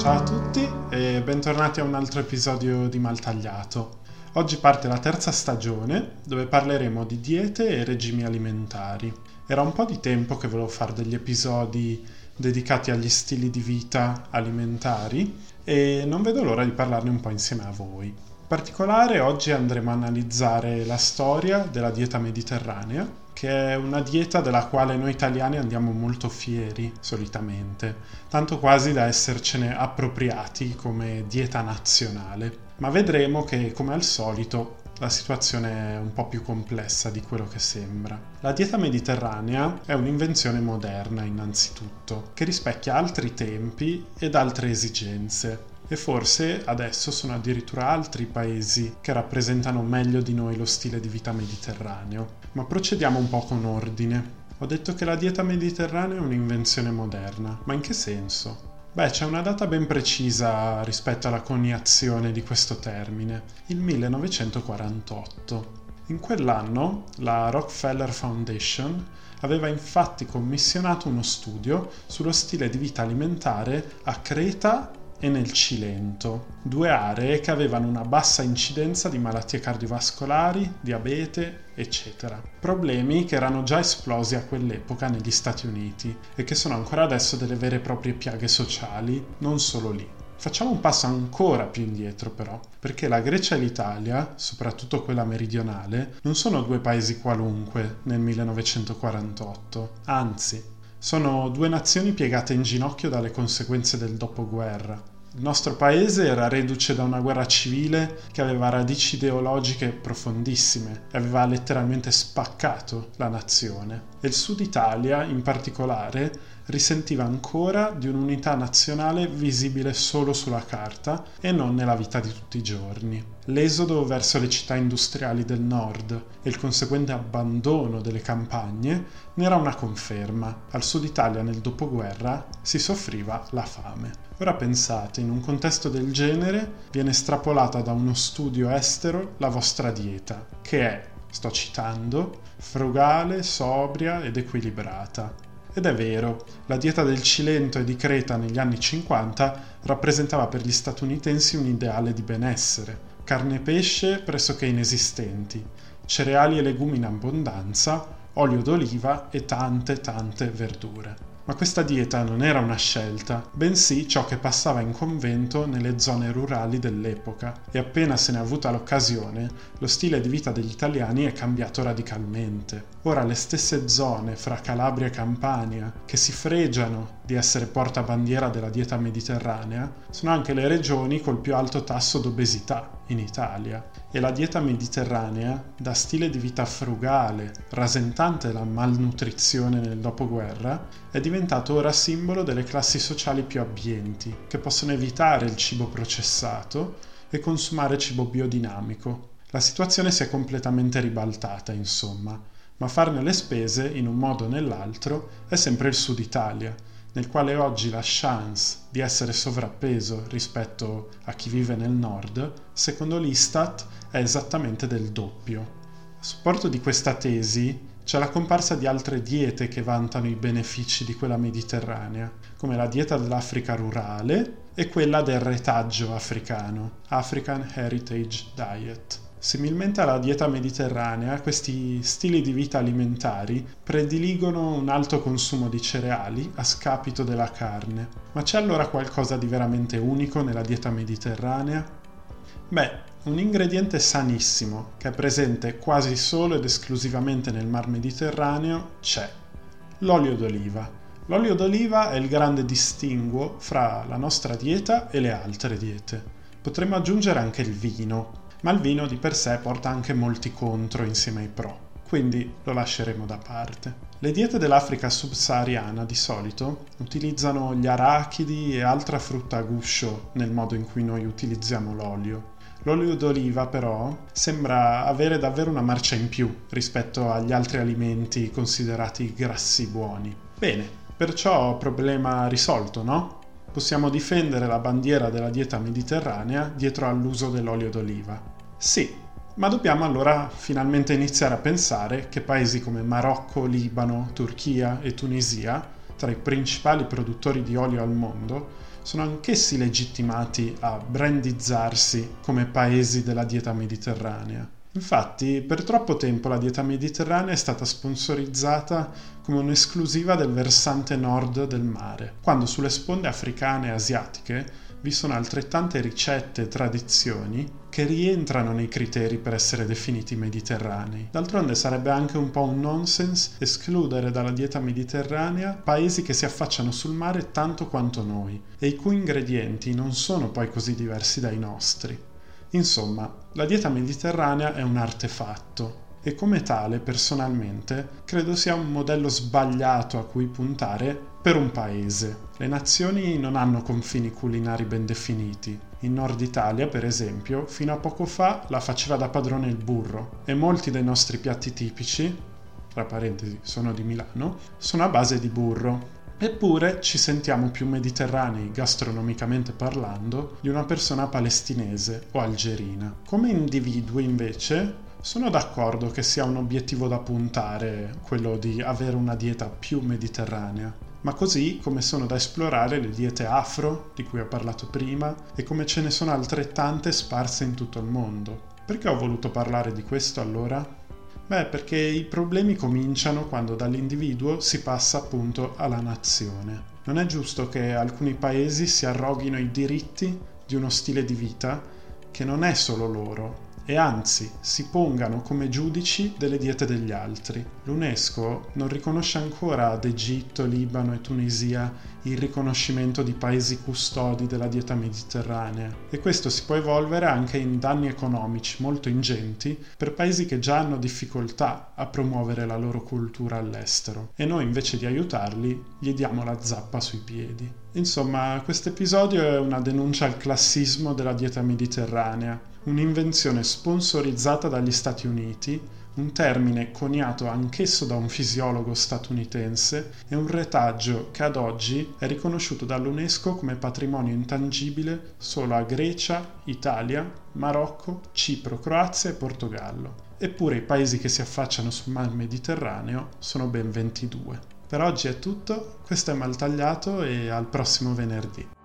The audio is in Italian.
Ciao a tutti e bentornati a un altro episodio di Maltagliato. Oggi parte la terza stagione dove parleremo di diete e regimi alimentari. Era un po' di tempo che volevo fare degli episodi dedicati agli stili di vita alimentari e non vedo l'ora di parlarne un po' insieme a voi. In particolare oggi andremo a analizzare la storia della dieta mediterranea, che è una dieta della quale noi italiani andiamo molto fieri solitamente, tanto quasi da essercene appropriati come dieta nazionale. Ma vedremo che, come al solito, la situazione è un po' più complessa di quello che sembra. La dieta mediterranea è un'invenzione moderna innanzitutto, che rispecchia altri tempi ed altre esigenze. E forse adesso sono addirittura altri paesi che rappresentano meglio di noi lo stile di vita mediterraneo. Ma procediamo un po' con ordine. Ho detto che la dieta mediterranea è un'invenzione moderna, ma in che senso? Beh, c'è una data ben precisa rispetto alla coniazione di questo termine, il 1948. In quell'anno la Rockefeller Foundation aveva infatti commissionato uno studio sullo stile di vita alimentare a Creta e nel Cilento, due aree che avevano una bassa incidenza di malattie cardiovascolari, diabete, eccetera. Problemi che erano già esplosi a quell'epoca negli Stati Uniti e che sono ancora adesso delle vere e proprie piaghe sociali, non solo lì. Facciamo un passo ancora più indietro però, perché la Grecia e l'Italia, soprattutto quella meridionale, non sono due paesi qualunque nel 1948, anzi, sono due nazioni piegate in ginocchio dalle conseguenze del dopoguerra. Il nostro paese era reduce da una guerra civile che aveva radici ideologiche profondissime e aveva letteralmente spaccato la nazione. E il Sud Italia, in particolare, risentiva ancora di un'unità nazionale visibile solo sulla carta e non nella vita di tutti i giorni. L'esodo verso le città industriali del nord e il conseguente abbandono delle campagne ne era una conferma. Al Sud Italia nel dopoguerra si soffriva la fame. Ora pensate, in un contesto del genere viene estrapolata da uno studio estero la vostra dieta, che è, sto citando, frugale, sobria ed equilibrata. Ed è vero, la dieta del Cilento e di Creta negli anni 50 rappresentava per gli statunitensi un ideale di benessere. Carne e pesce pressoché inesistenti, cereali e legumi in abbondanza, olio d'oliva e tante verdure. Ma questa dieta non era una scelta, bensì ciò che passava in convento nelle zone rurali dell'epoca, e appena se ne è avuta l'occasione, lo stile di vita degli italiani è cambiato radicalmente. Ora le stesse zone fra Calabria e Campania, che si fregiano di essere portabandiera della dieta mediterranea, sono anche le regioni col più alto tasso d'obesità in Italia. E la dieta mediterranea, da stile di vita frugale, rasentante la malnutrizione nel dopoguerra, è diventato ora simbolo delle classi sociali più abbienti, che possono evitare il cibo processato e consumare cibo biodinamico. La situazione si è completamente ribaltata, insomma, ma farne le spese, in un modo o nell'altro, è sempre il Sud Italia, nel quale oggi la chance di essere sovrappeso rispetto a chi vive nel nord, secondo l'Istat, è esattamente del doppio. A supporto di questa tesi c'è la comparsa di altre diete che vantano i benefici di quella mediterranea, come la dieta dell'Africa rurale e quella del retaggio africano, African Heritage Diet. Similmente alla dieta mediterranea, questi stili di vita alimentari prediligono un alto consumo di cereali a scapito della carne. Ma c'è allora qualcosa di veramente unico nella dieta mediterranea? Beh, un ingrediente sanissimo, che è presente quasi solo ed esclusivamente nel Mar Mediterraneo, c'è: l'olio d'oliva. L'olio d'oliva è il grande distinguo fra la nostra dieta e le altre diete. Potremmo aggiungere anche il vino, ma il vino di per sé porta anche molti contro insieme ai pro, quindi lo lasceremo da parte. Le diete dell'Africa subsahariana di solito utilizzano gli arachidi e altra frutta a guscio nel modo in cui noi utilizziamo l'olio. L'olio d'oliva però sembra avere davvero una marcia in più rispetto agli altri alimenti considerati grassi buoni. Bene, perciò problema risolto, no? Possiamo difendere la bandiera della dieta mediterranea dietro all'uso dell'olio d'oliva. Sì, ma dobbiamo allora finalmente iniziare a pensare che paesi come Marocco, Libano, Turchia e Tunisia, tra i principali produttori di olio al mondo, sono anch'essi legittimati a brandizzarsi come paesi della dieta mediterranea. Infatti, per troppo tempo la dieta mediterranea è stata sponsorizzata come un'esclusiva del versante nord del mare, quando sulle sponde africane e asiatiche vi sono altrettante ricette e tradizioni che rientrano nei criteri per essere definiti mediterranei. D'altronde sarebbe anche un po' un nonsense escludere dalla dieta mediterranea paesi che si affacciano sul mare tanto quanto noi e i cui ingredienti non sono poi così diversi dai nostri. Insomma, la dieta mediterranea è un artefatto e come tale, personalmente, credo sia un modello sbagliato a cui puntare per un paese. Le nazioni non hanno confini culinari ben definiti. In Nord Italia, per esempio, fino a poco fa la faceva da padrone il burro e molti dei nostri piatti tipici, tra parentesi sono di Milano, sono a base di burro. Eppure ci sentiamo più mediterranei, gastronomicamente parlando, di una persona palestinese o algerina. Come individui, invece, sono d'accordo che sia un obiettivo da puntare, quello di avere una dieta più mediterranea, ma così come sono da esplorare le diete afro, di cui ho parlato prima, e come ce ne sono altrettante sparse in tutto il mondo. Perché ho voluto parlare di questo allora? Perché i problemi cominciano quando dall'individuo si passa appunto alla nazione. Non è giusto che alcuni paesi si arroghino i diritti di uno stile di vita che non è solo loro e anzi si pongano come giudici delle diete degli altri. L'UNESCO non riconosce ancora ad Egitto, Libano e Tunisia il riconoscimento di paesi custodi della dieta mediterranea e questo si può evolvere anche in danni economici molto ingenti per paesi che già hanno difficoltà a promuovere la loro cultura all'estero e noi invece di aiutarli gli diamo la zappa sui piedi. Insomma, questo episodio è una denuncia al classismo della dieta mediterranea, un'invenzione sponsorizzata dagli Stati Uniti, un termine coniato anch'esso da un fisiologo statunitense e un retaggio che ad oggi è riconosciuto dall'UNESCO come patrimonio intangibile solo a Grecia, Italia, Marocco, Cipro, Croazia e Portogallo. Eppure i paesi che si affacciano sul mar Mediterraneo sono ben 22. Per oggi è tutto, questo è Maltagliato e al prossimo venerdì.